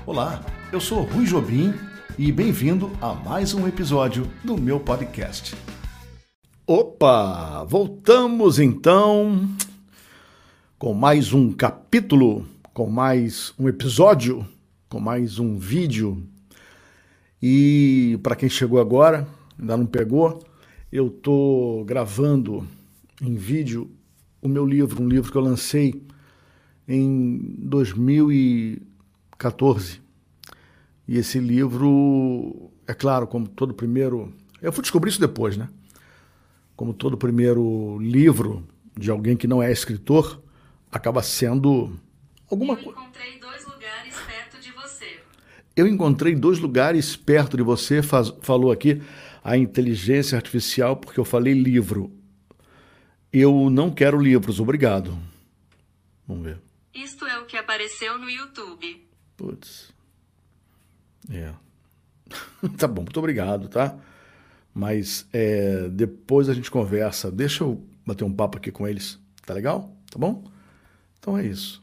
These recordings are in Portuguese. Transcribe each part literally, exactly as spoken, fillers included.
Olá, eu sou Rui Jobim e bem-vindo a mais um episódio do meu podcast. Opa, voltamos então com mais um capítulo, com mais um episódio, com mais um vídeo. E para quem chegou agora, ainda não pegou, eu tô gravando em vídeo o meu livro, um livro que eu lancei em dois mil e quatorze. E esse livro, é claro, como todo primeiro... Eu fui descobrir isso depois, né? Como todo primeiro livro de alguém que não é escritor, acaba sendo alguma coisa... Eu encontrei dois lugares perto de você. Eu encontrei dois lugares perto de você, faz... falou aqui a inteligência artificial, porque eu falei livro. Eu não quero livros, obrigado. Vamos ver. Isto é o que apareceu no YouTube. Putz. É. Tá bom, muito obrigado, tá? Mas é, depois a gente conversa. Deixa eu bater um papo aqui com eles. Tá legal? Tá bom? Então é isso.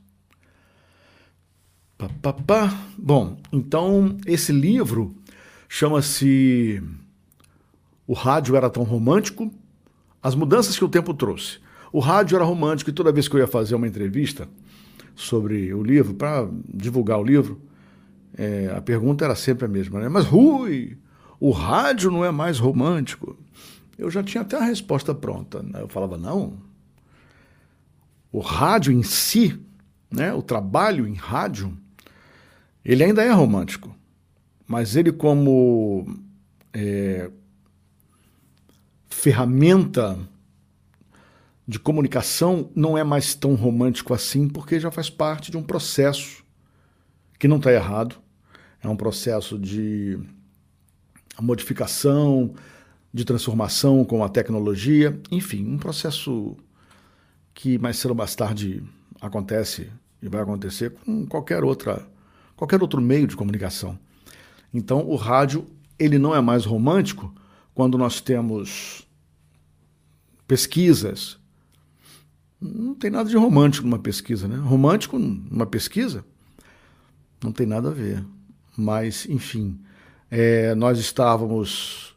Pá, pá, pá. Bom, então esse livro chama-se O Rádio Era Tão Romântico? As Mudanças que o Tempo Trouxe. O rádio era romântico e toda vez que eu ia fazer uma entrevista sobre o livro, para divulgar o livro, é, a pergunta era sempre a mesma, né? Mas Rui, o rádio não é mais romântico? Eu já tinha até a resposta pronta, né? Eu falava, não, o rádio em si, né, o trabalho em rádio, ele ainda é romântico, mas ele como é, ferramenta de comunicação não é mais tão romântico assim, porque já faz parte de um processo que não está errado. É um processo de modificação, de transformação com a tecnologia, enfim, um processo que mais cedo ou mais tarde acontece e vai acontecer com qualquer outra, qualquer outro meio de comunicação. Então, o rádio, ele não é mais romântico quando nós temos pesquisas. Não tem nada de romântico numa pesquisa, né? Romântico numa pesquisa não tem nada a ver. Mas, enfim, é, nós estávamos,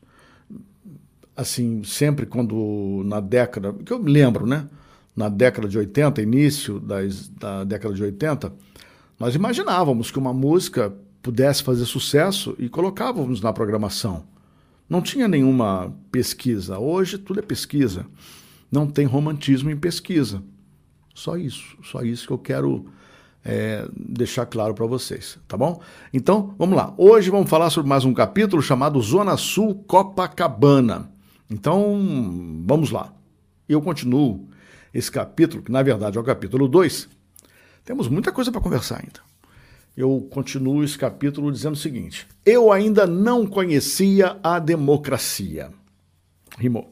assim, sempre quando na década, que eu me lembro, né? Na década de oitenta, início das, da década de oitenta, nós imaginávamos que uma música pudesse fazer sucesso e colocávamos na programação. Não tinha nenhuma pesquisa. Hoje tudo é pesquisa. Não tem romantismo em pesquisa. Só isso, só isso que eu quero é, deixar claro para vocês, tá bom? Então, vamos lá. Hoje vamos falar sobre mais um capítulo chamado Zona Sul Copacabana. Então, vamos lá. Eu continuo esse capítulo, que na verdade é o capítulo dois. Temos muita coisa para conversar ainda. Eu continuo esse capítulo dizendo o seguinte: eu ainda não conhecia a democracia. Rimou.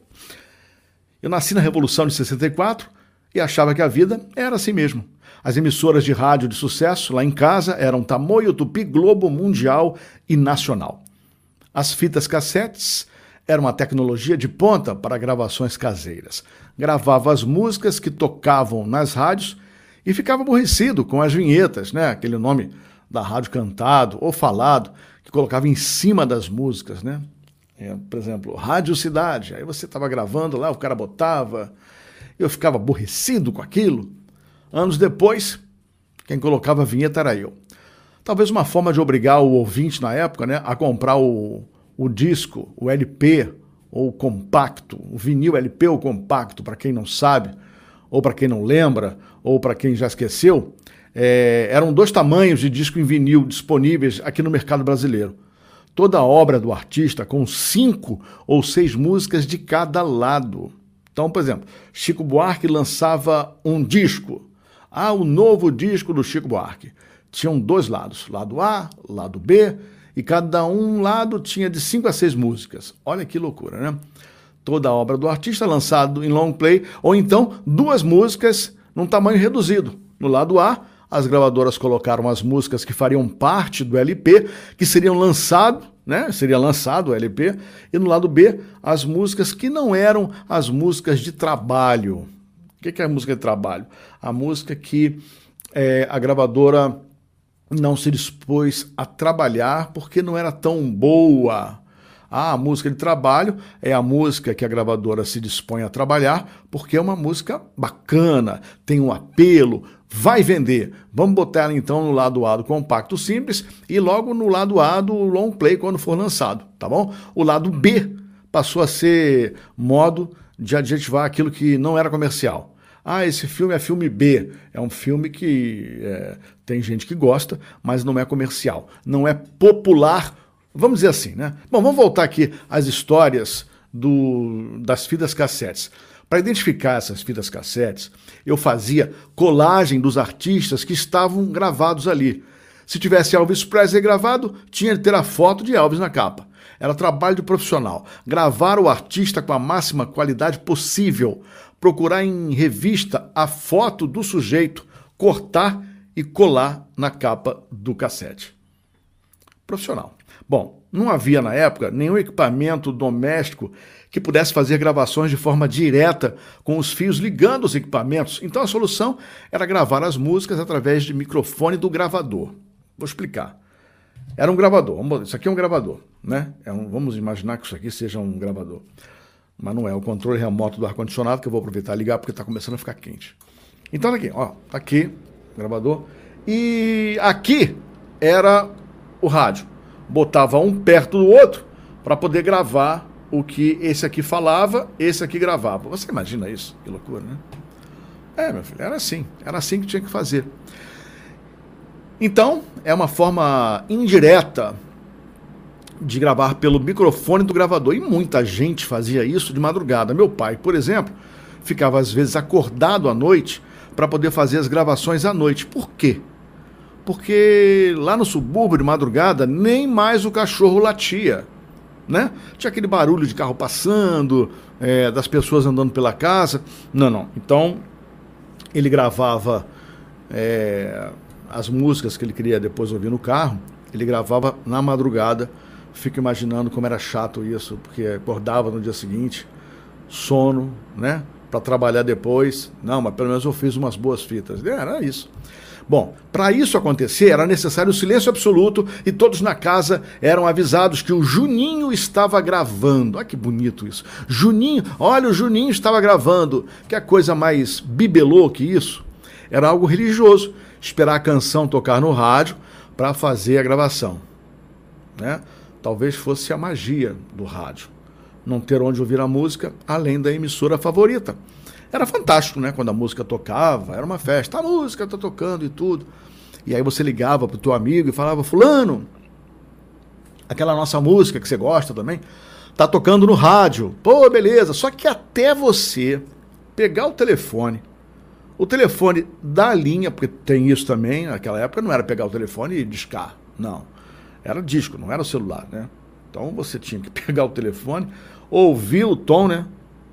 Eu nasci na Revolução de sessenta e quatro e achava que a vida era assim mesmo. As emissoras de rádio de sucesso lá em casa eram Tamoio, Tupi, Globo, Mundial e Nacional. As fitas cassetes eram uma tecnologia de ponta para gravações caseiras. Gravava as músicas que tocavam nas rádios e ficava aborrecido com as vinhetas, né? Aquele nome da rádio cantado ou falado que colocava em cima das músicas, né? É, por exemplo, Rádio Cidade, aí você estava gravando lá, o cara botava, eu ficava aborrecido com aquilo. Anos depois, quem colocava a vinheta era eu. Talvez uma forma de obrigar o ouvinte na época, né, a comprar o, o disco, o L P ou o compacto, o vinil L P ou compacto, para quem não sabe, ou para quem não lembra, ou para quem já esqueceu, é, eram dois tamanhos de disco em vinil disponíveis aqui no mercado brasileiro. Toda a obra do artista com cinco ou seis músicas de cada lado. Então, por exemplo, Chico Buarque lançava um disco. Ah, o novo disco do Chico Buarque. Tinham dois lados, lado A, lado B, e cada um lado tinha de cinco a seis músicas. Olha que loucura, né? Toda a obra do artista lançado em long play, ou então duas músicas num tamanho reduzido. No lado A, as gravadoras colocaram as músicas que fariam parte do L P, que seriam lançado, né? Seria lançado o L P, e no lado B, as músicas que não eram as músicas de trabalho. O que é a música de trabalho? A música que é, a gravadora não se dispôs a trabalhar porque não era tão boa. Ah, a música de trabalho é a música que a gravadora se dispõe a trabalhar porque é uma música bacana, tem um apelo, vai vender. Vamos botar ela então no lado A do compacto simples e logo no lado A do long play quando for lançado, tá bom? O lado B passou a ser modo de adjetivar aquilo que não era comercial. Ah, esse filme é filme B. É um filme que é, tem gente que gosta, mas não é comercial. Não é popular, vamos dizer assim, né? Bom, vamos voltar aqui às histórias do, das fitas cassetes. Para identificar essas fitas cassetes, eu fazia colagem dos artistas que estavam gravados ali. Se tivesse Elvis Presley gravado, tinha de ter a foto de Elvis na capa. Era trabalho de profissional. Gravar o artista com a máxima qualidade possível. Procurar em revista a foto do sujeito, cortar e colar na capa do cassete. Profissional. Bom, não havia na época nenhum equipamento doméstico que pudesse fazer gravações de forma direta com os fios ligando os equipamentos. Então a solução era gravar as músicas através de microfone do gravador. Vou explicar. Era um gravador. Isso aqui é um gravador, né? É um, vamos imaginar que isso aqui seja um gravador. Mas não é. O controle remoto do ar-condicionado, que eu vou aproveitar e ligar porque está começando a ficar quente. Então, tá aqui, ó. Tá aqui, gravador. E aqui era o rádio. Botava um perto do outro para poder gravar o que esse aqui falava, esse aqui gravava. Você imagina isso? Que loucura, né? É, meu filho, era assim. Era assim que tinha que fazer. Então, é uma forma indireta de gravar pelo microfone do gravador. E muita gente fazia isso de madrugada. Meu pai, por exemplo, ficava às vezes acordado à noite para poder fazer as gravações à noite. Por quê? Porque lá no subúrbio de madrugada nem mais o cachorro latia, né? Tinha aquele barulho de carro passando, é, das pessoas andando pela casa. Não, não. Então, ele gravava é, as músicas que ele queria depois ouvir no carro, ele gravava na madrugada. Fico imaginando como era chato isso, porque acordava no dia seguinte, sono, né? Para trabalhar depois. Não, mas pelo menos eu fiz umas boas fitas. Era isso. Bom, para isso acontecer era necessário o silêncio absoluto e todos na casa eram avisados que o Juninho estava gravando. Olha que bonito isso. Juninho, olha, o Juninho estava gravando. Que é coisa mais bibelô que isso. Era algo religioso, esperar a canção tocar no rádio para fazer a gravação, né? Talvez fosse a magia do rádio. Não ter onde ouvir a música, além da emissora favorita. Era fantástico, né? Quando a música tocava, era uma festa. A música está tocando e tudo. E aí você ligava para o teu amigo e falava, fulano, aquela nossa música que você gosta também, tá tocando no rádio. Pô, beleza. Só que até você pegar o telefone, o telefone da linha, porque tem isso também, naquela época não era pegar o telefone e discar, não. Era disco, não era o celular, né? Então você tinha que pegar o telefone, ouvir o tom, né?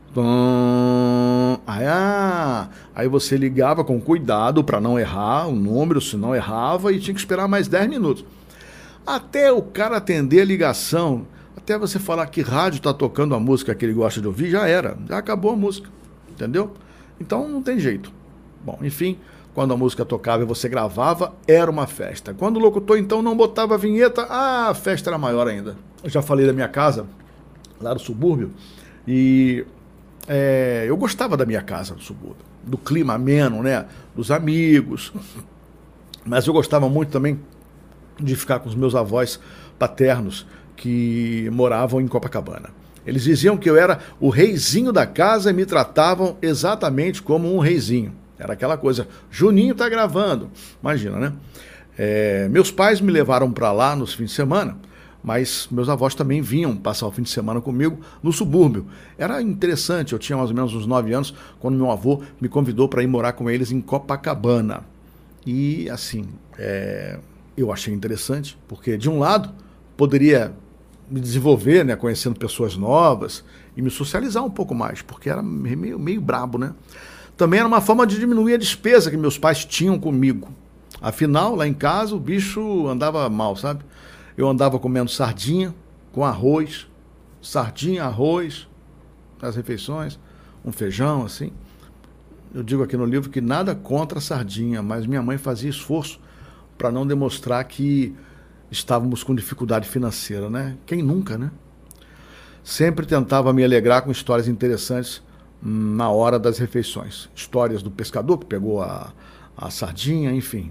Aí, ah, aí você ligava com cuidado para não errar o número, se não errava, e tinha que esperar mais dez minutos. Até o cara atender a ligação, até você falar que rádio está tocando a música que ele gosta de ouvir, já era, já acabou a música, entendeu? Então não tem jeito. Bom, enfim, quando a música tocava e você gravava, era uma festa. Quando o locutor, então, não botava a vinheta, ah, a festa era maior ainda. Eu já falei da minha casa, lá no subúrbio, e é, eu gostava da minha casa no subúrbio, do clima ameno, né, dos amigos, mas eu gostava muito também de ficar com os meus avós paternos, que moravam em Copacabana. Eles diziam que eu era o reizinho da casa e me tratavam exatamente como um reizinho. Era aquela coisa, Juninho tá gravando, imagina, né? É, meus pais me levaram para lá nos fins de semana, mas meus avós também vinham passar o fim de semana comigo no subúrbio. Era interessante, eu tinha mais ou menos uns nove anos, quando meu avô me convidou para ir morar com eles em Copacabana. E assim, é, eu achei interessante, porque de um lado poderia me desenvolver, né, conhecendo pessoas novas e me socializar um pouco mais, porque era meio, meio brabo, né? Também era uma forma de diminuir a despesa que meus pais tinham comigo. Afinal, lá em casa, o bicho andava mal, sabe? Eu andava comendo sardinha com arroz, sardinha, arroz, nas refeições, um feijão, assim. Eu digo aqui no livro que nada contra a sardinha, mas minha mãe fazia esforço para não demonstrar que estávamos com dificuldade financeira, né? Quem nunca, né? Sempre tentava me alegrar com histórias interessantes na hora das refeições. Histórias do pescador que pegou a, a sardinha, enfim.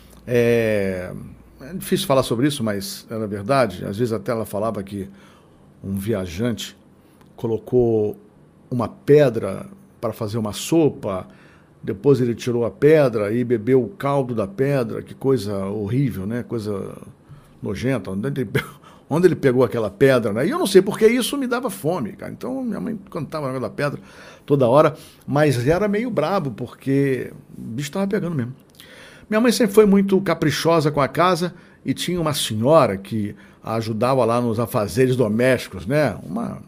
É, é difícil falar sobre isso, mas era verdade. Às vezes até ela falava que um viajante colocou uma pedra para fazer uma sopa, depois ele tirou a pedra e bebeu o caldo da pedra. Que coisa horrível, né? Coisa nojenta. Onde ele, onde ele pegou aquela pedra, né? E eu não sei porque isso me dava fome, cara. Então minha mãe cantava na da pedra toda hora, mas era meio brabo porque o bicho estava pegando mesmo. Minha mãe sempre foi muito caprichosa com a casa e tinha uma senhora que a ajudava lá nos afazeres domésticos, né? Uma...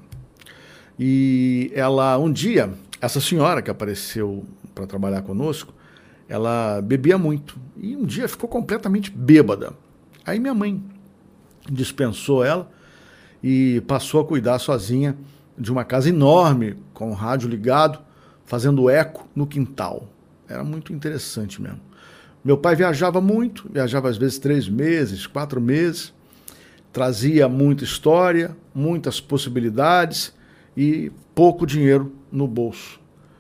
E ela, um dia, essa senhora que apareceu para trabalhar conosco, ela bebia muito e um dia ficou completamente bêbada. Aí minha mãe dispensou ela e passou a cuidar sozinha de uma casa enorme, com o rádio ligado, fazendo eco no quintal. Era muito interessante mesmo. Meu pai viajava muito, viajava às vezes três meses, quatro meses, trazia muita história, muitas possibilidades e pouco dinheiro no bolso.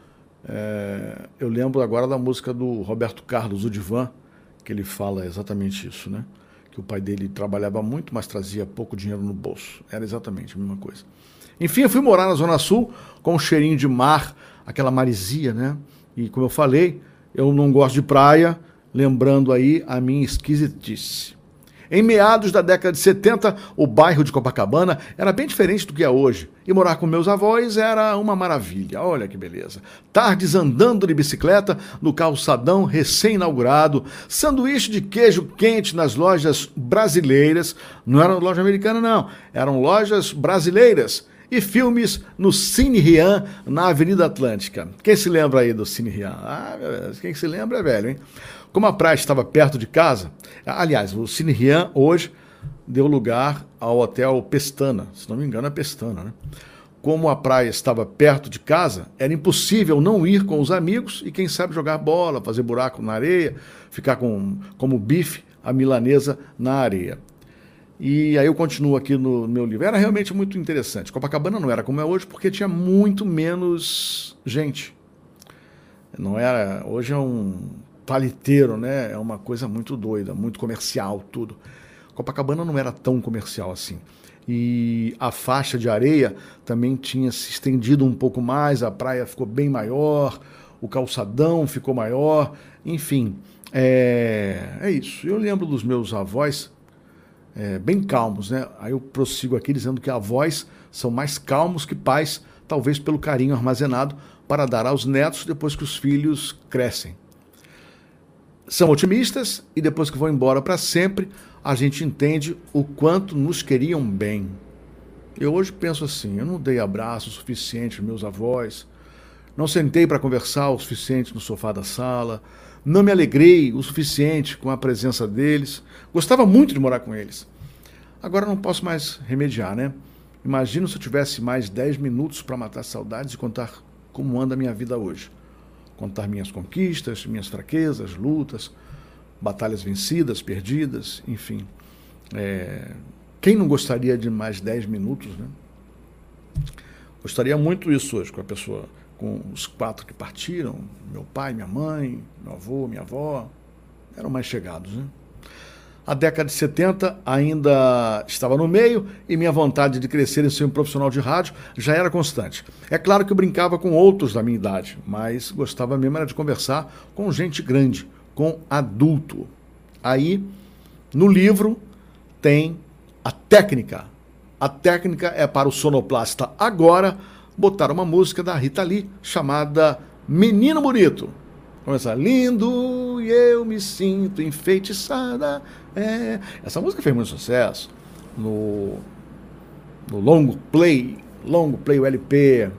É, eu lembro agora da música do Roberto Carlos, o Divã, que ele fala exatamente isso, né? Que o pai dele trabalhava muito, mas trazia pouco dinheiro no bolso. Era exatamente a mesma coisa. Enfim, eu fui morar na Zona Sul com um cheirinho de mar, aquela marisia, né? E como eu falei, eu não gosto de praia, lembrando aí a minha esquisitice. Em meados da década de setenta, o bairro de Copacabana era bem diferente do que é hoje. E morar com meus avós era uma maravilha. Olha que beleza. Tardes andando de bicicleta no calçadão recém-inaugurado, sanduíche de queijo quente nas lojas brasileiras. Não era loja americana, não. Eram lojas brasileiras. E filmes no Cine Rian, na Avenida Atlântica. Quem se lembra aí do Cine Rian? Ah, quem se lembra é velho, hein? Como a praia estava perto de casa, aliás, o Cine Rian hoje deu lugar ao Hotel Pestana, se não me engano é Pestana, né? Como a praia estava perto de casa, era impossível não ir com os amigos e quem sabe jogar bola, fazer buraco na areia, ficar com, como bife, a milanesa na areia. E aí eu continuo aqui no meu livro. Era realmente muito interessante. Copacabana não era como é hoje porque tinha muito menos gente. Não era, hoje é um paliteiro, né? É uma coisa muito doida, muito comercial, tudo. Copacabana não era tão comercial assim. E a faixa de areia também tinha se estendido um pouco mais, a praia ficou bem maior, o calçadão ficou maior, enfim, é, é isso. Eu lembro dos meus avós é, bem calmos, né? Aí eu prossigo aqui dizendo que avós são mais calmos que pais, talvez pelo carinho armazenado para dar aos netos depois que os filhos crescem. São otimistas e depois que vão embora para sempre, a gente entende o quanto nos queriam bem. Eu hoje penso assim, eu não dei abraço suficiente aos meus avós, não sentei para conversar o suficiente no sofá da sala, não me alegrei o suficiente com a presença deles, gostava muito de morar com eles. Agora não posso mais remediar, né? Imagino se eu tivesse mais dez minutos para matar saudades e contar como anda a minha vida hoje. Contar minhas conquistas, minhas fraquezas, lutas, batalhas vencidas, perdidas, enfim. É... Quem não gostaria de mais dez minutos, né? Gostaria muito isso hoje com a pessoa, com os quatro que partiram, meu pai, minha mãe, meu avô, minha avó, eram mais chegados, né? A década de setenta ainda estava no meio e minha vontade de crescer e ser um profissional de rádio já era constante. É claro que eu brincava com outros da minha idade, mas gostava mesmo era de conversar com gente grande, com adulto. Aí, no livro, tem a técnica. A técnica é para o sonoplasta agora botar uma música da Rita Lee chamada Menino Bonito. Começar, lindo e eu me sinto enfeitiçada. É. Essa música fez muito sucesso no, no longo play, longo play, o L P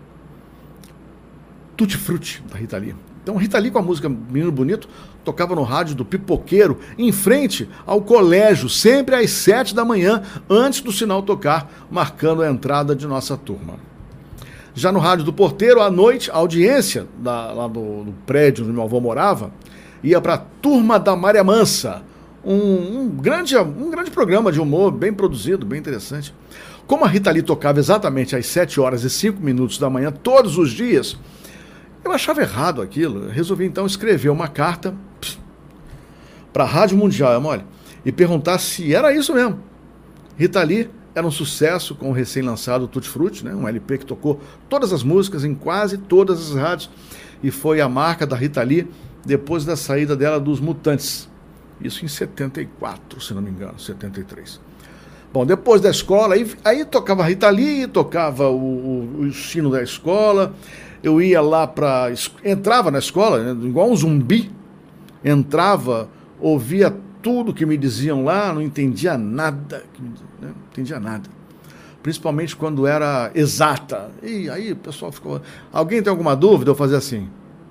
Tutti Frutti da Rita Lee. Então Rita Lee com a música Menino Bonito tocava no rádio do Pipoqueiro, em frente ao colégio, sempre às sete da manhã, antes do sinal tocar, marcando a entrada de nossa turma. Já no rádio do Porteiro, à noite, a audiência da, lá do, do prédio onde meu avô morava ia para a Turma da Maria Mansa, um, um, grande, um grande programa de humor, bem produzido, bem interessante. Como a Rita Lee tocava exatamente às sete horas e cinco minutos da manhã, todos os dias, eu achava errado aquilo. Eu resolvi então escrever uma carta para a Rádio Mundial, é mole, e perguntar se era isso mesmo. Rita Lee era um sucesso com o recém-lançado Tutti Frutti, né? Um L P que tocou todas as músicas em quase todas as rádios e foi a marca da Rita Lee depois da saída dela dos Mutantes. Isso em setenta e quatro, se não me engano, setenta e três. Bom, depois da escola, aí, aí tocava a Rita Lee, tocava o, o, o sino da escola, eu ia lá para... entrava na escola, né? Igual um zumbi, entrava, ouvia tudo que me diziam lá, não entendia nada, né? Não entendia nada. Principalmente quando era exata. E aí o pessoal ficou... Alguém tem alguma dúvida? Eu fazia assim.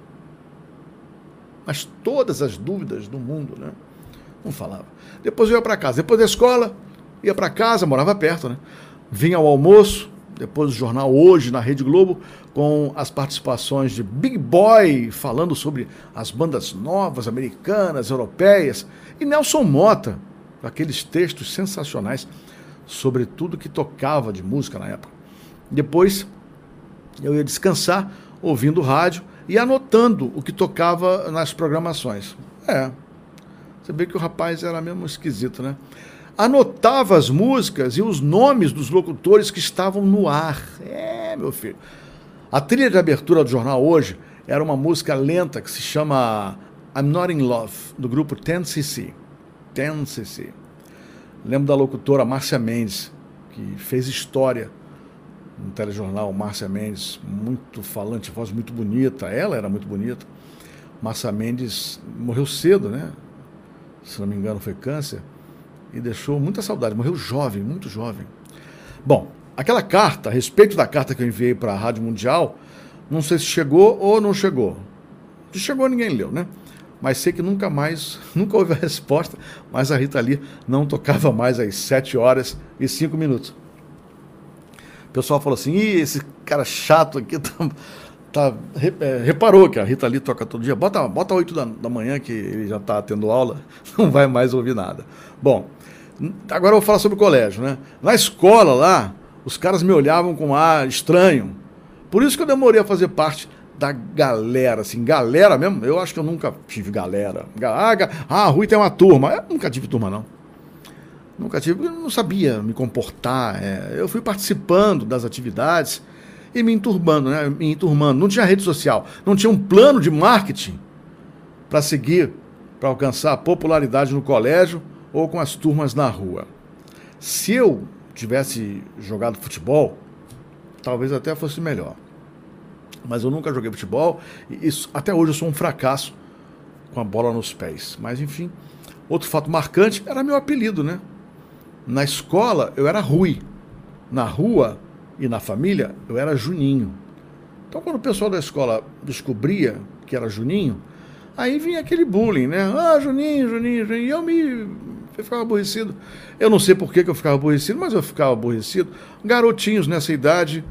Mas todas as dúvidas do mundo, né? Não falava. Depois eu ia para casa. Depois da escola, ia para casa, morava perto, né? Vinha ao almoço, depois do jornal Hoje, na Rede Globo, com as participações de Big Boy, falando sobre as bandas novas, americanas, europeias, e Nelson Mota, com aqueles textos sensacionais sobre tudo que tocava de música na época. Depois eu ia descansar, ouvindo rádio e anotando o que tocava nas programações. É, você vê que o rapaz era mesmo esquisito, né? Anotava as músicas e os nomes dos locutores que estavam no ar. É, meu filho. A trilha de abertura do jornal Hoje era uma música lenta que se chama I'm Not in Love, do grupo dez C C. dez C C. Lembro da locutora Márcia Mendes, que fez história no telejornal. Márcia Mendes, muito falante, voz muito bonita. Ela era muito bonita. Márcia Mendes morreu cedo, né? Se não me engano, foi câncer. E deixou muita saudade. Morreu jovem, muito jovem. Bom, aquela carta, a respeito da carta que eu enviei para a Rádio Mundial, não sei se chegou ou não chegou. Se chegou, ninguém leu, né? Mas sei que nunca mais, nunca houve a resposta, mas a Rita Lee não tocava mais às sete horas e cinco minutos. O pessoal falou assim, ih, esse cara chato aqui tá, tá, é, reparou que a Rita Lee toca todo dia, bota, bota oito da, da manhã que ele já está tendo aula, não vai mais ouvir nada. Bom, agora eu vou falar sobre o colégio, né? Na escola lá, os caras me olhavam com ar estranho, por isso que eu demorei a fazer parte da galera, assim, galera mesmo, eu acho que eu nunca tive galera. Ah, ah, a Rui tem uma turma. Eu nunca tive turma, não. Nunca tive, eu não sabia me comportar. É. Eu fui participando das atividades e me enturmando, né? Me enturmando. Não tinha rede social, não tinha um plano de marketing para seguir, para alcançar a popularidade no colégio ou com as turmas na rua. Se eu tivesse jogado futebol, talvez até fosse melhor. Mas eu nunca joguei futebol e isso, até hoje eu sou um fracasso com a bola nos pés. Mas enfim, outro fato marcante era meu apelido, né? Na escola eu era Rui, na rua e na família eu era Juninho. Então quando o pessoal da escola descobria que era Juninho, aí vinha aquele bullying, né? Ah, Juninho, Juninho, Juninho, e eu me eu ficava aborrecido. Eu não sei por que, que eu ficava aborrecido, mas eu ficava aborrecido. Garotinhos nessa idade...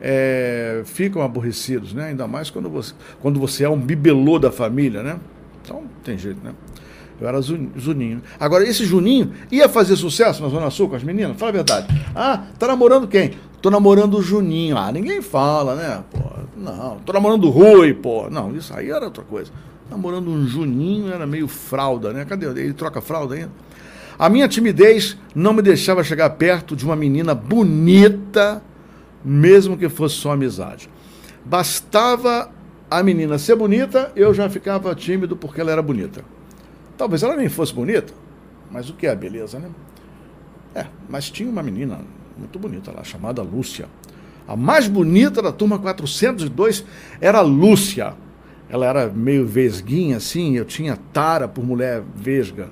É, ficam aborrecidos, né? Ainda mais quando você, quando você é um bibelô da família, né? Então, tem jeito, né? Eu era Juninho. Agora, esse Juninho ia fazer sucesso na Zona Sul com as meninas? Fala a verdade. Ah, tá namorando quem? Tô namorando o Juninho. Ah, ninguém fala, né? Pô, não, tô namorando o Rui, pô. Não, isso aí era outra coisa. Namorando um Juninho era meio fralda, né? Cadê? Ele troca fralda ainda? A minha timidez não me deixava chegar perto de uma menina bonita, mesmo que fosse só amizade. Bastava a menina ser bonita, eu já ficava tímido porque ela era bonita. Talvez ela nem fosse bonita, mas o que é a beleza, né? É, mas tinha uma menina muito bonita lá, chamada Lúcia. A mais bonita da turma quatrocentos e dois era a Lúcia. Ela era meio vesguinha, assim, eu tinha tara por mulher vesga.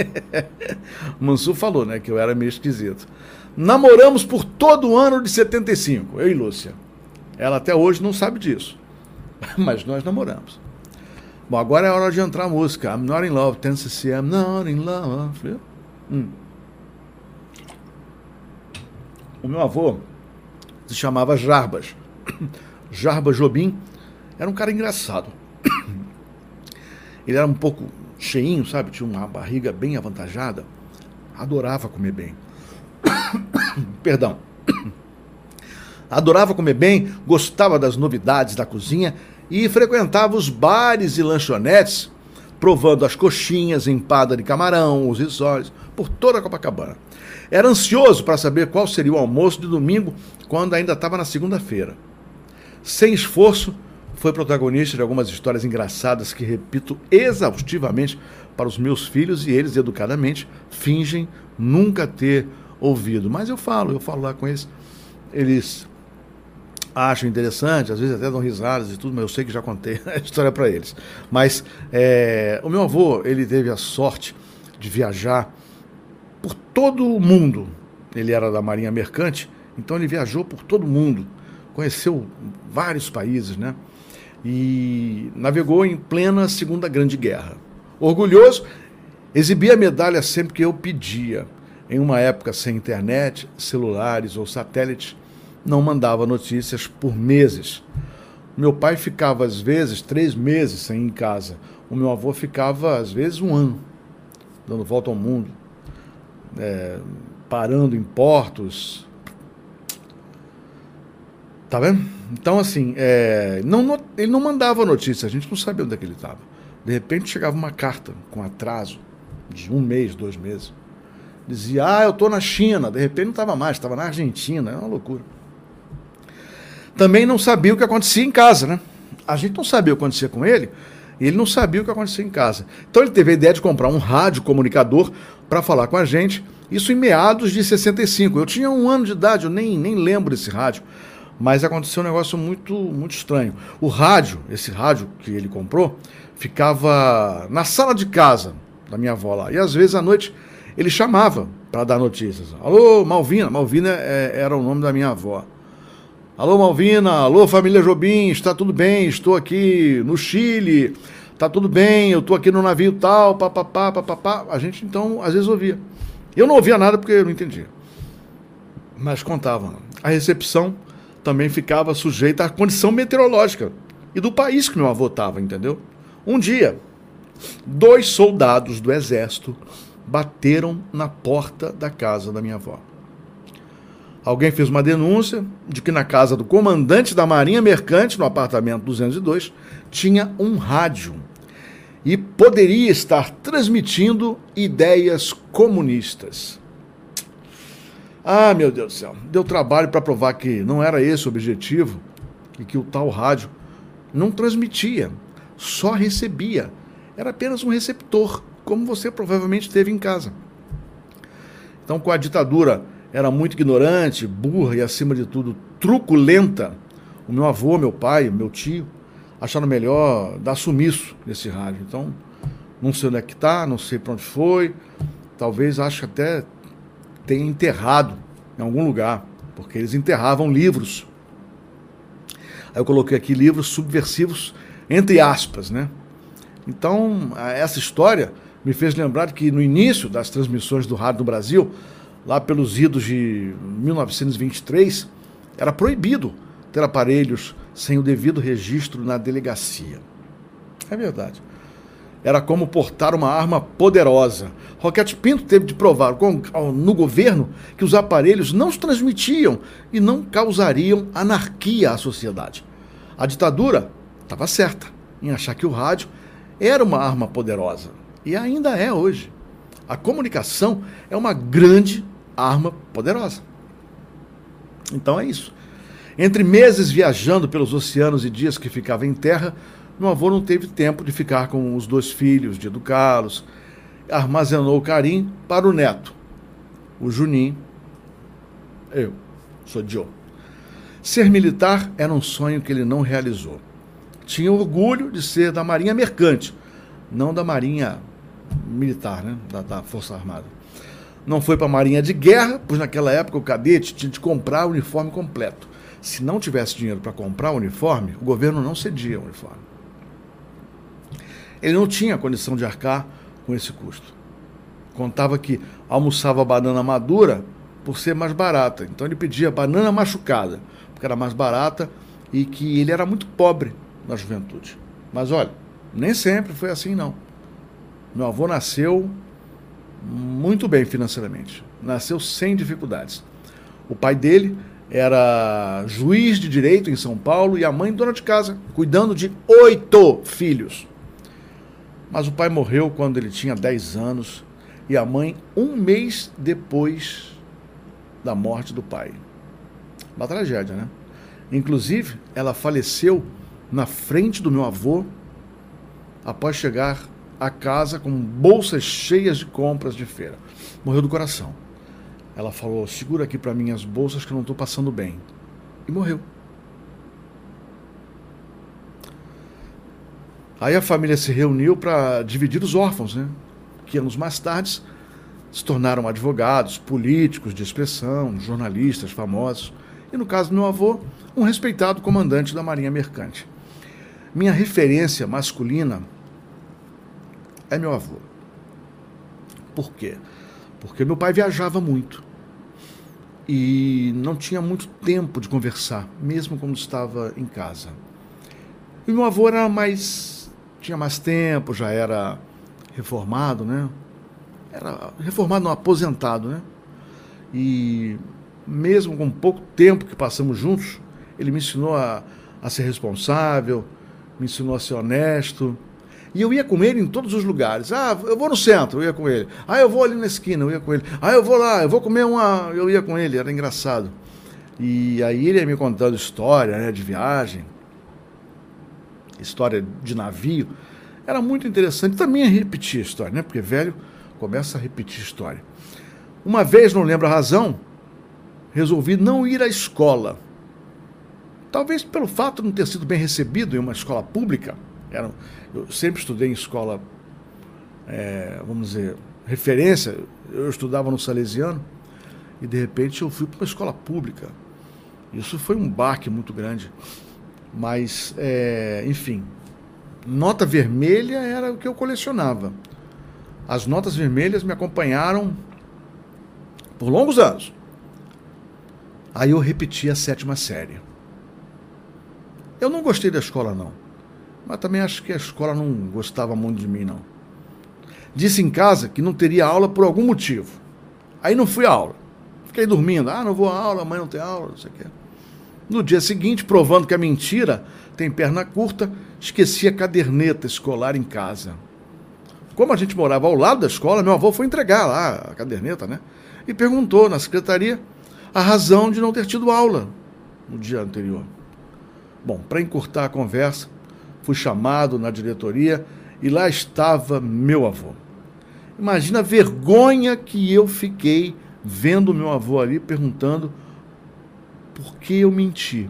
Mansur falou, né, que eu era meio esquisito. Namoramos por todo o ano de setenta e cinco, eu e Lúcia. Ela até hoje não sabe disso, mas nós namoramos. Bom, agora é hora de entrar a música. I'm not in love, dez C C, I'm not in love. Hum. O meu avô se chamava Jarbas. Jarbas Jobim era um cara engraçado. Ele era um pouco cheinho, sabe? Tinha uma barriga bem avantajada. Adorava comer bem. Perdão. Adorava comer bem, gostava das novidades da cozinha e frequentava os bares e lanchonetes, provando as coxinhas, empada de camarão, os risoles, por toda a Copacabana. Era ansioso para saber qual seria o almoço de domingo, quando ainda estava na segunda-feira. Sem esforço, foi protagonista de algumas histórias engraçadas que repito exaustivamente para os meus filhos e eles, educadamente, fingem nunca ter ouvido. Mas eu falo, eu falo lá com eles, eles acham interessante, às vezes até dão risadas e tudo, mas eu sei que já contei a história para eles. Mas é, o meu avô, ele teve a sorte de viajar por todo o mundo. Ele era da Marinha Mercante, então ele viajou por todo o mundo, conheceu vários países, né? E navegou em plena Segunda Grande Guerra. Orgulhoso, exibia a medalha sempre que eu pedia. Em uma época sem internet, celulares ou satélites, não mandava notícias por meses. Meu pai ficava, às vezes, três meses sem ir em casa. O meu avô ficava, às vezes, um ano, dando volta ao mundo, é, parando em portos. Tá vendo? Então, assim, é, não, ele não mandava notícia, a gente não sabia onde é que ele estava. De repente, chegava uma carta com atraso de um mês, dois meses. Dizia, ah, eu estou na China. De repente, não estava mais, estava na Argentina. É uma loucura. Também não sabia o que acontecia em casa, né? A gente não sabia o que acontecia com ele, e ele não sabia o que acontecia em casa. Então ele teve a ideia de comprar um rádio comunicador para falar com a gente, isso em meados de sessenta e cinco. Eu tinha um ano de idade, eu nem, nem lembro desse rádio, mas aconteceu um negócio muito, muito estranho. O rádio, esse rádio que ele comprou, ficava na sala de casa da minha avó lá, e às vezes à noite ele chamava para dar notícias. Alô, Malvina. Malvina é, era o nome da minha avó. Alô, Malvina, alô, família Jobim, está tudo bem? Estou aqui no Chile, está tudo bem, eu estou aqui no navio tal, papapá, papapá. A gente, então, às vezes ouvia. Eu não ouvia nada porque eu não entendia. Mas contava. A recepção também ficava sujeita à condição meteorológica e do país que meu avô estava, entendeu? Um dia, dois soldados do exército bateram na porta da casa da minha avó. Alguém fez uma denúncia de que na casa do comandante da Marinha Mercante, no apartamento duzentos e dois, tinha um rádio e poderia estar transmitindo ideias comunistas. Ah, meu Deus do céu, deu trabalho para provar que não era esse o objetivo e que o tal rádio não transmitia, só recebia. Era apenas um receptor, como você provavelmente teve em casa. Então, com a ditadura era muito ignorante, burra e, acima de tudo, truculenta, o meu avô, meu pai, meu tio, acharam melhor dar sumiço nesse rádio. Então, não sei onde é que está, não sei para onde foi, talvez acho que até tenha enterrado em algum lugar, porque eles enterravam livros. Aí eu coloquei aqui livros subversivos, entre aspas, né? Então, essa história me fez lembrar que no início das transmissões do rádio no Brasil, lá pelos idos de mil novecentos e vinte e três, era proibido ter aparelhos sem o devido registro na delegacia. É verdade. Era como portar uma arma poderosa. Roquete Pinto teve de provar no governo que os aparelhos não se transmitiam e não causariam anarquia à sociedade. A ditadura estava certa em achar que o rádio era uma arma poderosa. E ainda é hoje. A comunicação é uma grande arma poderosa. Então é isso. Entre meses viajando pelos oceanos e dias que ficava em terra, meu avô não teve tempo de ficar com os dois filhos, de educá-los. Armazenou o carinho para o neto, o Juninho. Eu sou Joe. Ser militar era um sonho que ele não realizou. Tinha orgulho de ser da Marinha Mercante, não da Marinha Militar, né? da, da Força Armada. Não foi para a Marinha de Guerra, pois naquela época o cadete tinha de comprar o uniforme completo. Se não tivesse dinheiro para comprar o uniforme, o governo não cedia o uniforme. Ele não tinha condição de arcar com esse custo. Contava que almoçava banana madura por ser mais barata. Então ele pedia banana machucada, porque era mais barata e que ele era muito pobre na juventude. Mas olha, nem sempre foi assim não. Meu avô nasceu muito bem financeiramente. Nasceu sem dificuldades. O pai dele era juiz de direito em São Paulo e a mãe dona de casa, cuidando de oito filhos. Mas o pai morreu quando ele tinha dez anos e a mãe um mês depois da morte do pai. Uma tragédia, né? Inclusive, ela faleceu na frente do meu avô após chegar a casa com bolsas cheias de compras de feira. Morreu do coração. Ela falou, segura aqui para mim as bolsas que eu não estou passando bem. E morreu. Aí a família se reuniu para dividir os órfãos, né? Que anos mais tarde se tornaram advogados, políticos de expressão, jornalistas famosos. E no caso do meu avô, um respeitado comandante da Marinha Mercante. Minha referência masculina é meu avô. Por quê? Porque meu pai viajava muito e não tinha muito tempo de conversar, mesmo quando estava em casa. E meu avô era mais, tinha mais tempo, já era reformado, né? Era reformado, não, aposentado, né? E mesmo com pouco tempo que passamos juntos, ele me ensinou a, a ser responsável, me ensinou a ser honesto. E eu ia com ele em todos os lugares. Ah, eu vou no centro, eu ia com ele. Ah, eu vou ali na esquina, eu ia com ele. Ah, eu vou lá, eu vou comer uma... Eu ia com ele, era engraçado. E aí ele ia me contando história, né, de viagem, história de navio. Era muito interessante. Também repetir a história, né? Porque velho começa a repetir história. Uma vez, não lembro a razão, resolvi não ir à escola. Talvez pelo fato de não ter sido bem recebido em uma escola pública. Era, eu sempre estudei em escola, é, vamos dizer, referência. Eu estudava no Salesiano e, de repente, eu fui para uma escola pública. Isso foi um baque muito grande. Mas, é, enfim, nota vermelha era o que eu colecionava. As notas vermelhas me acompanharam por longos anos. Aí eu repeti a sétima série. Eu não gostei da escola, não. Mas também acho que a escola não gostava muito de mim, não. Disse em casa que não teria aula por algum motivo. Aí não fui à aula. Fiquei dormindo. Ah, não vou à aula, amanhã não tem aula, não sei o quê. No dia seguinte, provando que a mentira tem perna curta, esqueci a caderneta escolar em casa. Como a gente morava ao lado da escola, meu avô foi entregar lá a caderneta, né? E perguntou na secretaria a razão de não ter tido aula no dia anterior. Bom, para encurtar a conversa, fui chamado na diretoria e lá estava meu avô. Imagina a vergonha que eu fiquei vendo meu avô ali perguntando por que eu menti.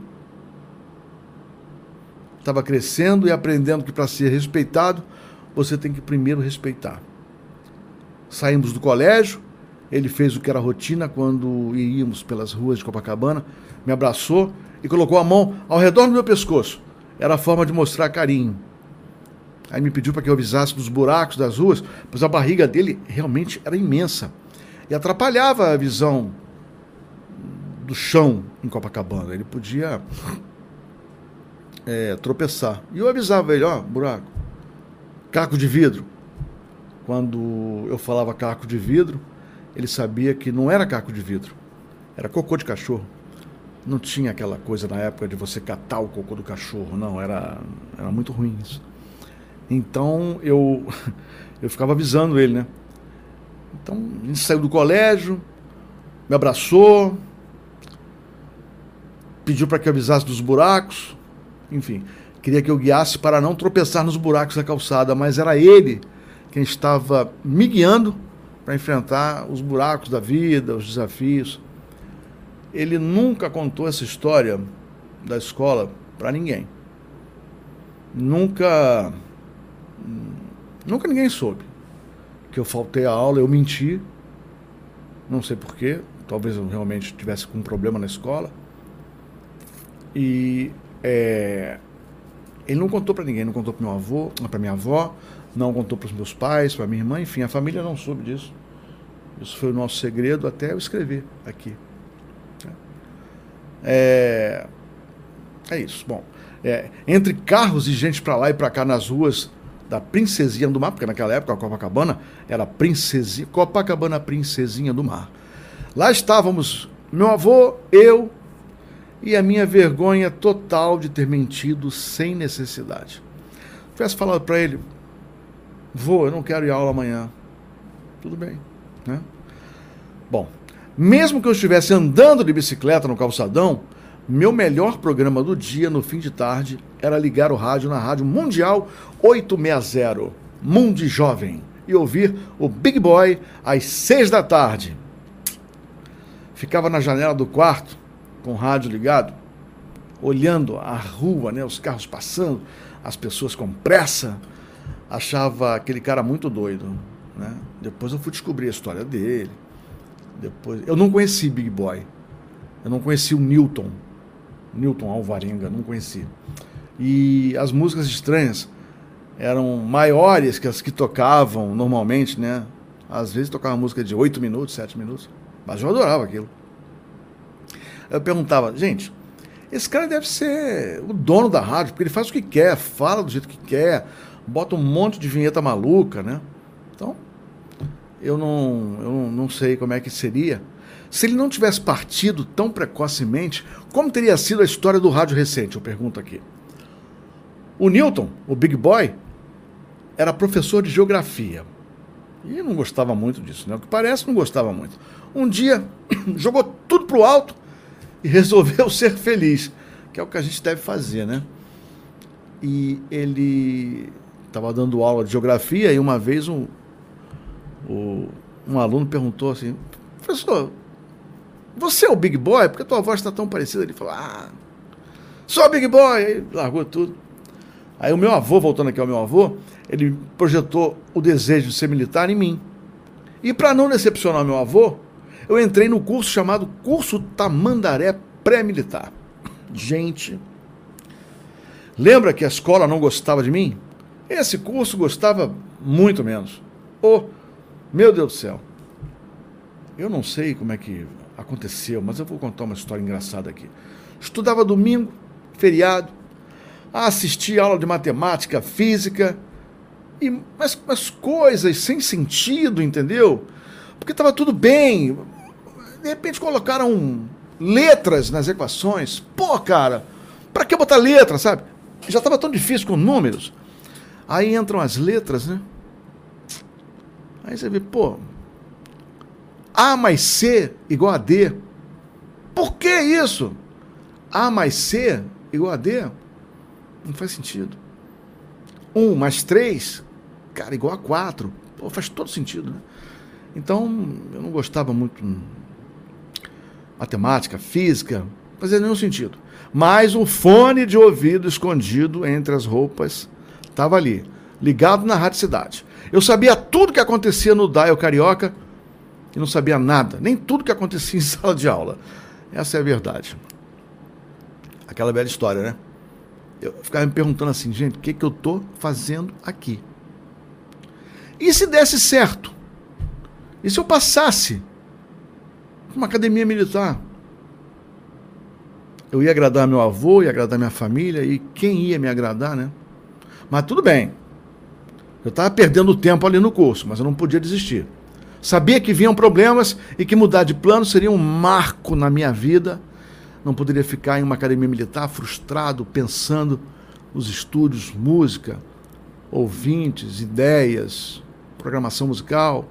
Estava crescendo e aprendendo que para ser respeitado, você tem que primeiro respeitar. Saímos do colégio, ele fez o que era rotina quando íamos pelas ruas de Copacabana, me abraçou e colocou a mão ao redor do meu pescoço. Era a forma de mostrar carinho. Aí me pediu para que eu avisasse dos buracos das ruas, pois a barriga dele realmente era imensa e atrapalhava a visão do chão em Copacabana. Ele podia é, tropeçar. E eu avisava ele, ó, buraco, caco de vidro. Quando eu falava caco de vidro, ele sabia que não era caco de vidro, era cocô de cachorro. Não tinha aquela coisa na época de você catar o cocô do cachorro, não, era, era muito ruim isso. Então eu, eu ficava avisando ele, né? Então a gente saiu do colégio, me abraçou, pediu para que eu avisasse dos buracos, enfim, queria que eu guiasse para não tropeçar nos buracos da calçada, mas era ele quem estava me guiando para enfrentar os buracos da vida, os desafios. Ele nunca contou essa história da escola para ninguém. Nunca, nunca ninguém soube que eu faltei a aula, eu menti, não sei porquê, talvez eu realmente tivesse com um problema na escola. E é, ele não contou para ninguém, não contou para meu avô, para minha avó, não contou para os meus pais, para minha irmã, enfim, a família não soube disso. Isso foi o nosso segredo até eu escrever aqui. É, é isso. Bom, é, entre carros e gente para lá e para cá nas ruas da Princesinha do Mar, porque naquela época a Copacabana era Princesinha, Copacabana Princesinha do Mar. Lá estávamos, meu avô, eu e a minha vergonha total de ter mentido sem necessidade. Se tivesse falado para ele, vô, eu não quero ir à aula amanhã, tudo bem, né? Bom, mesmo que eu estivesse andando de bicicleta no calçadão, meu melhor programa do dia, no fim de tarde, era ligar o rádio na Rádio Mundial oitocentos e sessenta, Mundi Jovem, e ouvir o Big Boy às seis da tarde. Ficava na janela do quarto, com o rádio ligado, olhando a rua, né, os carros passando, as pessoas com pressa. Achava aquele cara muito doido, né? Depois eu fui descobrir a história dele. Depois, eu não conheci Big Boy. Eu não conheci o Newton. Newton Alvarenga, não conheci. E as músicas estranhas eram maiores que as que tocavam normalmente, né? Às vezes tocava música de oito minutos, sete minutos. Mas eu adorava aquilo. Eu perguntava, gente, esse cara deve ser o dono da rádio, porque ele faz o que quer, fala do jeito que quer, bota um monte de vinheta maluca, né? Então, eu não, eu não sei como é que seria. Se ele não tivesse partido tão precocemente, como teria sido a história do rádio recente? Eu pergunto aqui. O Newton, o Big Boy, era professor de geografia. E não gostava muito disso, né? O que parece, não gostava muito. Um dia, jogou tudo pro alto e resolveu ser feliz, que é o que a gente deve fazer, né? E ele estava dando aula de geografia e uma vez um, um, um aluno perguntou assim, professor, você é o Big Boy? Porque a tua voz está tão parecida. Ele falou, ah, sou o Big Boy. Aí largou tudo. Aí o meu avô, voltando aqui ao meu avô, ele projetou o desejo de ser militar em mim. E para não decepcionar meu avô, eu entrei no curso chamado Curso Tamandaré Pré-Militar. Gente, lembra que a escola não gostava de mim? Esse curso gostava muito menos. Oh, meu Deus do céu. Eu não sei como é que aconteceu, mas eu vou contar uma história engraçada aqui. Estudava domingo, feriado, assistia aula de matemática, física, e mas, mas coisas sem sentido, entendeu? Porque estava tudo bem. De repente colocaram letras nas equações. Pô, cara, para que botar letra, sabe? Já estava tão difícil com números. Aí entram as letras, né? Aí você vê, pô, A mais C igual a D. Por que isso? A mais C igual a D? Não faz sentido. um mais três, cara, igual a quatro. Pô, faz todo sentido, né? Então, eu não gostava muito de matemática, física, não fazia nenhum sentido. Mas um fone de ouvido escondido entre as roupas estava ali, ligado na Rádio Cidade. Eu sabia tudo que acontecia no Dial Carioca e não sabia nada, nem tudo que acontecia em sala de aula. Essa é a verdade. Aquela velha história, né? Eu ficava me perguntando assim, gente, o que, que eu estou fazendo aqui? E se desse certo? E se eu passasse uma academia militar? Eu ia agradar meu avô, ia agradar minha família, e quem ia me agradar, né? Mas tudo bem. Eu estava perdendo tempo ali no curso, mas eu não podia desistir. Sabia que vinham problemas e que mudar de plano seria um marco na minha vida. Não poderia ficar em uma academia militar frustrado, pensando nos estudos, música, ouvintes, ideias, programação musical.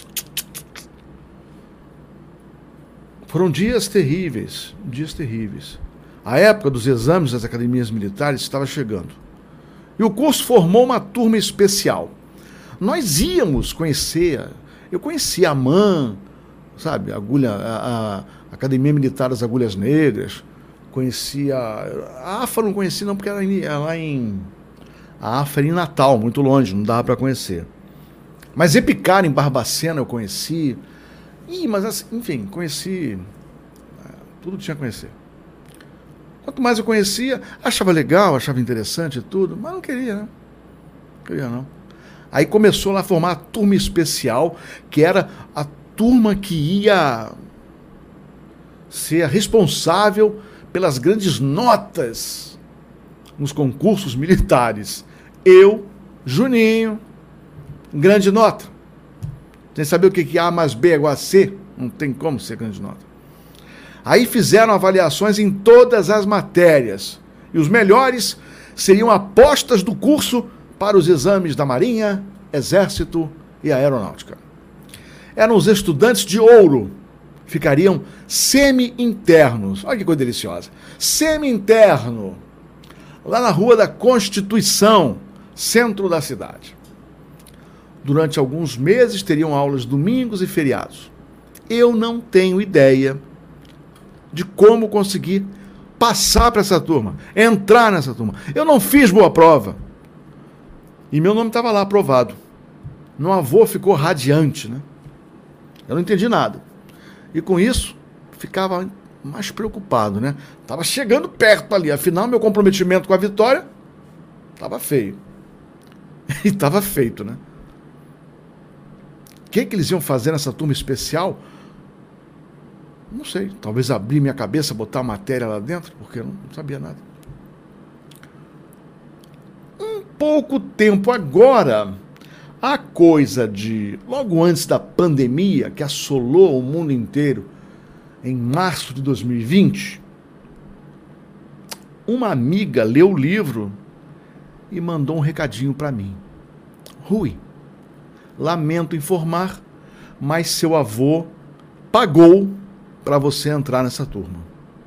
Foram dias terríveis, dias terríveis. A época dos exames das academias militares estava chegando. E o curso formou uma turma especial. Nós íamos conhecer, eu conhecia a AMAN, sabe, a agulha, a, a Academia Militar das Agulhas Negras, conhecia, a AFA não conhecia não, porque era, em, era lá em, a AFA era em Natal, muito longe, não dava para conhecer. Mas Epicar em Barbacena eu conheci, Ih, mas assim, enfim, conheci, tudo tinha que conhecer. Quanto mais eu conhecia, achava legal, achava interessante e tudo, mas não queria, né? Não queria não. Aí começou lá a formar a turma especial, que era a turma que ia ser responsável pelas grandes notas nos concursos militares. Eu Juninho, grande nota. Sem saber o que que A mais B é igual a C, não tem como ser grande nota. Aí fizeram avaliações em todas as matérias. E os melhores seriam apostas do curso para os exames da Marinha, Exército e Aeronáutica. Eram os estudantes de ouro. Ficariam semi-internos. Olha que coisa deliciosa. Semi-interno. Lá na Rua da Constituição, centro da cidade. Durante alguns meses teriam aulas domingos e feriados. Eu não tenho ideia de como conseguir passar para essa turma, entrar nessa turma. Eu não fiz boa prova. E meu nome estava lá aprovado. Meu avô ficou radiante, né? Eu não entendi nada. E com isso, ficava mais preocupado, né? Estava chegando perto ali. Afinal, meu comprometimento com a vitória estava feio. E estava feito, né? O que, que eles iam fazer nessa turma especial? Não sei. Talvez abrir minha cabeça, botar a matéria lá dentro, porque eu não sabia nada. Um pouco tempo agora, a coisa de... Logo antes da pandemia, que assolou o mundo inteiro, em março de dois mil e vinte, uma amiga leu o livro e mandou um recadinho para mim. Rui, lamento informar, mas seu avô pagou para você entrar nessa turma.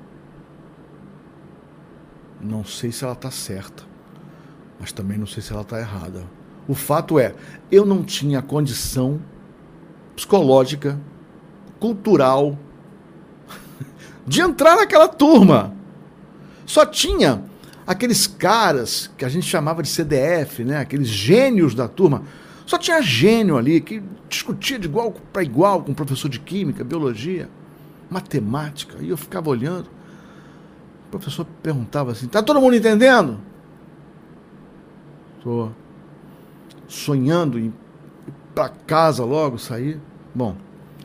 Não sei se ela está certa, mas também não sei se ela está errada. O fato é, eu não tinha condição psicológica, cultural, de entrar naquela turma. Só tinha aqueles caras que a gente chamava de C D F, né? Aqueles gênios da turma. Só tinha gênio ali que discutia de igual para igual com o professor de química, biologia, matemática. E eu ficava olhando. O professor perguntava assim, tá todo mundo entendendo? Tô sonhando em ir para casa logo, sair. Bom,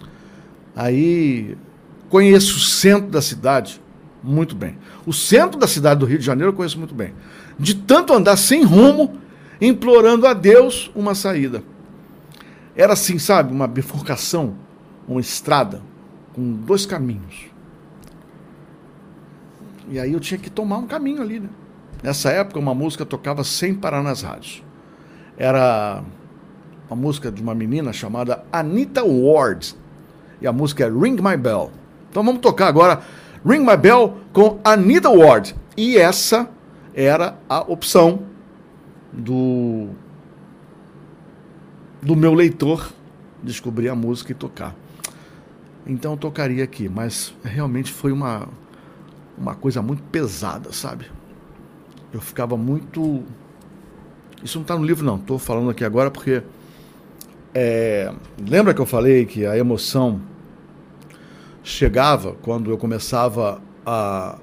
aí conheço o centro da cidade muito bem. O centro da cidade do Rio de Janeiro eu conheço muito bem. De tanto andar sem rumo, implorando a Deus uma saída. Era assim, sabe, uma bifurcação, uma estrada, com dois caminhos. E aí eu tinha que tomar um caminho ali, né? Nessa época, uma música tocava sem parar nas rádios. Era uma música de uma menina chamada Anita Ward. E a música é Ring My Bell. Então vamos tocar agora Ring My Bell com Anita Ward. E essa era a opção do, do meu leitor descobrir a música e tocar. Então eu tocaria aqui, mas realmente foi uma, uma coisa muito pesada, sabe? Eu ficava muito... Isso não está no livro não, estou falando aqui agora porque... É, lembra que eu falei que a emoção chegava quando eu começava a,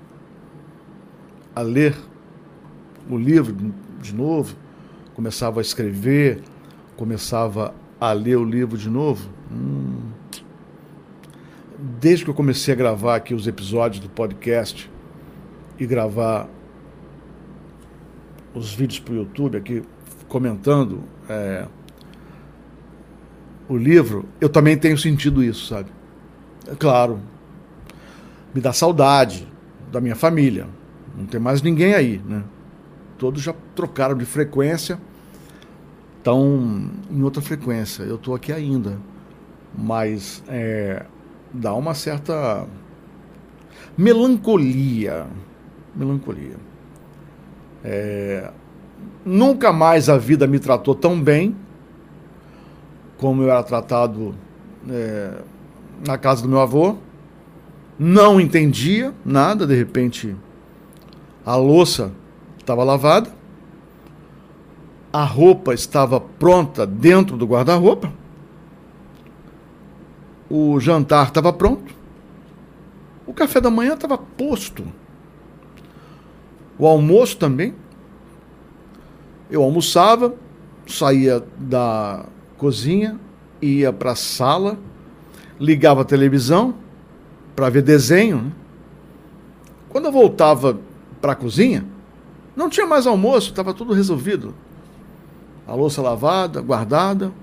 a ler o livro de novo, começava a escrever, começava a ler o livro de novo? Hum. Desde que eu comecei a gravar aqui os episódios do podcast e gravar os vídeos para o YouTube aqui, comentando é, o livro, eu também tenho sentido isso, sabe? É claro, me dá saudade da minha família, não tem mais ninguém aí, né? Todos já trocaram de frequência, estão em outra frequência, eu estou aqui ainda, mas é, dá uma certa melancolia, melancolia. É, nunca mais a vida me tratou tão bem como eu era tratado é, na casa do meu avô. Não entendia nada, de repente a louça estava lavada, a roupa estava pronta dentro do guarda-roupa, o jantar estava pronto, o café da manhã estava posto, o almoço também. Eu almoçava, saía da cozinha, ia para a sala, ligava a televisão para ver desenho, né? Quando eu voltava para a cozinha, não tinha mais almoço, estava tudo resolvido. a louça lavada, guardada.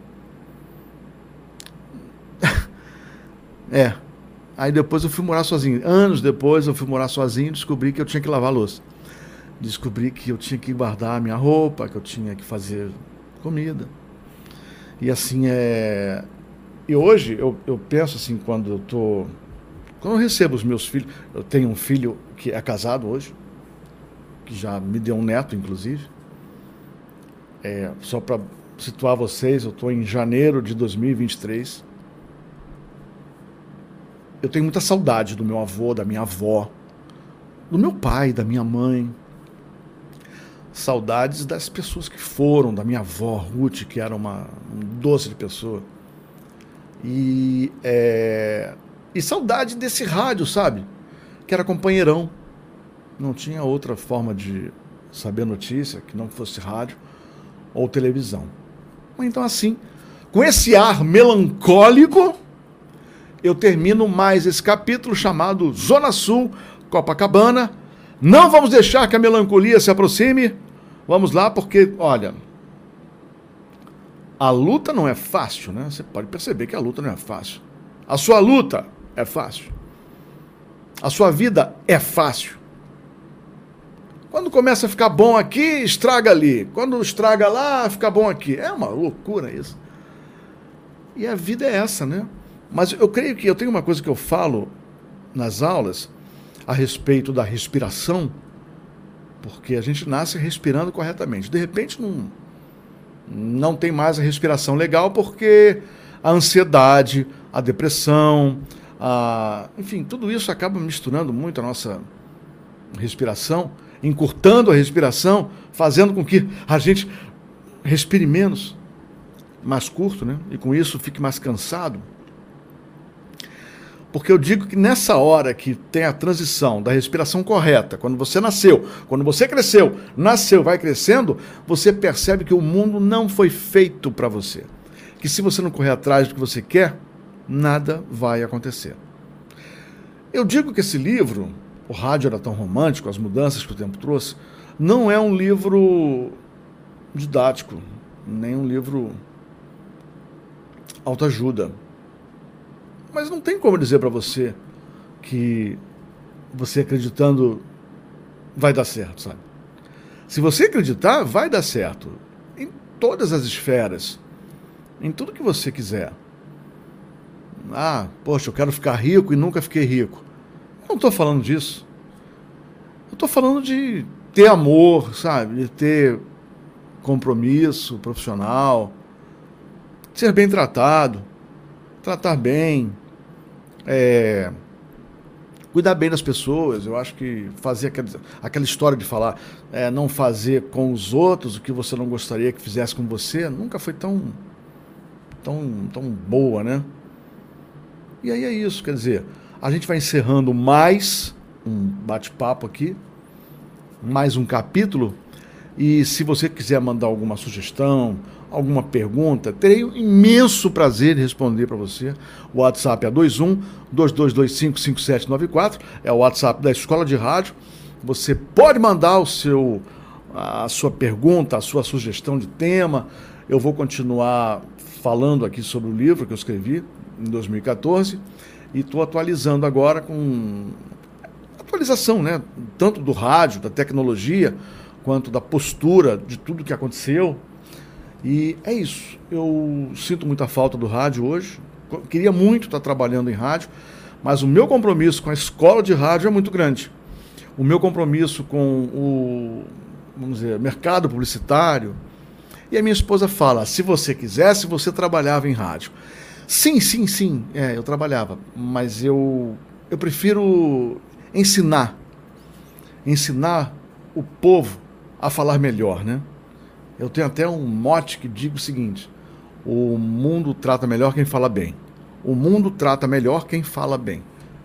É. Aí depois eu fui morar sozinho. Anos depois eu fui morar sozinho e descobri que eu tinha que lavar a louça. Descobri que eu tinha que guardar a minha roupa, que eu tinha que fazer comida. E assim, é... E hoje eu, eu penso assim, quando eu tô... Quando eu recebo os meus filhos... Eu tenho um filho que é casado hoje, que já me deu um neto, inclusive. É, só para situar vocês, eu estou em janeiro de dois mil e vinte e três. Eu tenho muita saudade do meu avô, da minha avó, do meu pai, da minha mãe. Saudades das pessoas que foram, da minha avó, Ruth, que era uma um doce de pessoa. E, é, e saudade desse rádio, sabe? Que era companheirão. Não tinha outra forma de saber notícia que não fosse rádio ou televisão. Então, assim, com esse ar melancólico, eu termino mais esse capítulo chamado Zona Sul, Copacabana. Não vamos deixar que a melancolia se aproxime. Vamos lá, porque, olha, a luta não é fácil, né? Você pode perceber que a luta não é fácil. A sua luta é fácil. A sua vida é fácil. Quando começa a ficar bom aqui, estraga ali. Quando estraga lá, fica bom aqui. É uma loucura isso. E a vida é essa, né? Mas eu creio que eu tenho uma coisa que eu falo nas aulas a respeito da respiração, porque a gente nasce respirando corretamente. De repente não, não tem mais a respiração legal porque a ansiedade, a depressão, a, enfim, tudo isso acaba misturando muito a nossa respiração, encurtando a respiração, fazendo com que a gente respire menos, mais curto, né? E com isso fique mais cansado. Porque eu digo que nessa hora que tem a transição da respiração correta, quando você nasceu, quando você cresceu, nasceu, vai crescendo, você percebe que o mundo não foi feito para você. Que se você não correr atrás do que você quer, nada vai acontecer. Eu digo que esse livro, O Rádio Era Tão Romântico, As Mudanças que o Tempo Trouxe, não é um livro didático, nem um livro autoajuda. Mas não tem como dizer para você que você acreditando vai dar certo, sabe? Se você acreditar, vai dar certo. Em todas as esferas. Em tudo que você quiser. Ah, poxa, eu quero ficar rico e nunca fiquei rico. Eu não estou falando disso. Eu estou falando de ter amor, sabe? De ter compromisso profissional. Ser bem tratado. Tratar bem, é, cuidar bem das pessoas. Eu acho que fazer aquela, aquela história de falar, é, não fazer com os outros o que você não gostaria que fizesse com você, nunca foi tão, tão, tão boa, né? E aí é isso, quer dizer, a gente vai encerrando mais um bate-papo aqui, mais um capítulo, e se você quiser mandar alguma sugestão, alguma pergunta, terei um imenso prazer em responder para você. O WhatsApp é dois um, dois dois dois cinco, cinco sete nove quatro, é o WhatsApp da Escola de Rádio. Você pode mandar o seu, a sua pergunta, a sua sugestão de tema. Eu vou continuar falando aqui sobre o livro que eu escrevi em dois mil e quatorze e estou atualizando agora com atualização, né? Tanto do rádio, da tecnologia, quanto da postura de tudo que aconteceu. E é isso, eu sinto muita falta do rádio hoje, queria muito estar trabalhando em rádio, mas o meu compromisso com a escola de rádio é muito grande. O meu compromisso com o, vamos dizer, mercado publicitário. E a minha esposa fala, se você quisesse, você trabalhava em rádio. Sim, sim, sim, é, eu trabalhava, mas eu, eu prefiro ensinar, ensinar o povo a falar melhor, né? Eu tenho até um mote que digo o seguinte, o mundo trata melhor quem fala bem. O mundo trata melhor quem fala bem.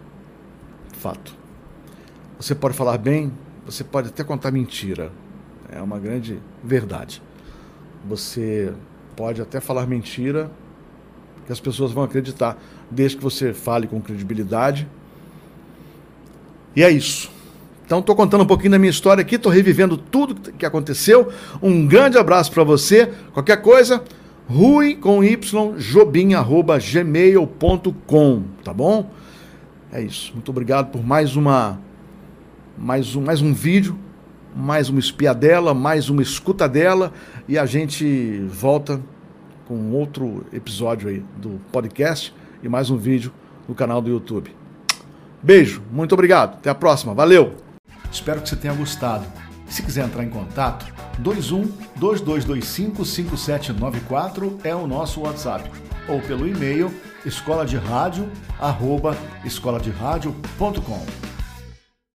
Fato. Você pode falar bem, você pode até contar mentira. É uma grande verdade. Você pode até falar mentira que as pessoas vão acreditar, desde que você fale com credibilidade. E é isso. Então estou contando um pouquinho da minha história aqui, estou revivendo tudo que aconteceu. Um grande abraço para você. Qualquer coisa, rui com y, jobim arroba gmail ponto com, tá bom? É isso. Muito obrigado por mais uma mais um, mais um vídeo, mais uma espiadela, mais uma escutadela, e a gente volta com outro episódio aí do podcast e mais um vídeo no canal do YouTube. Beijo, muito obrigado, até a próxima, valeu! Espero que você tenha gostado. Se quiser entrar em contato, dois um, dois dois dois cinco, cinco sete nove quatro é o nosso WhatsApp, ou pelo e-mail escola de rádio arroba escola de rádio ponto com.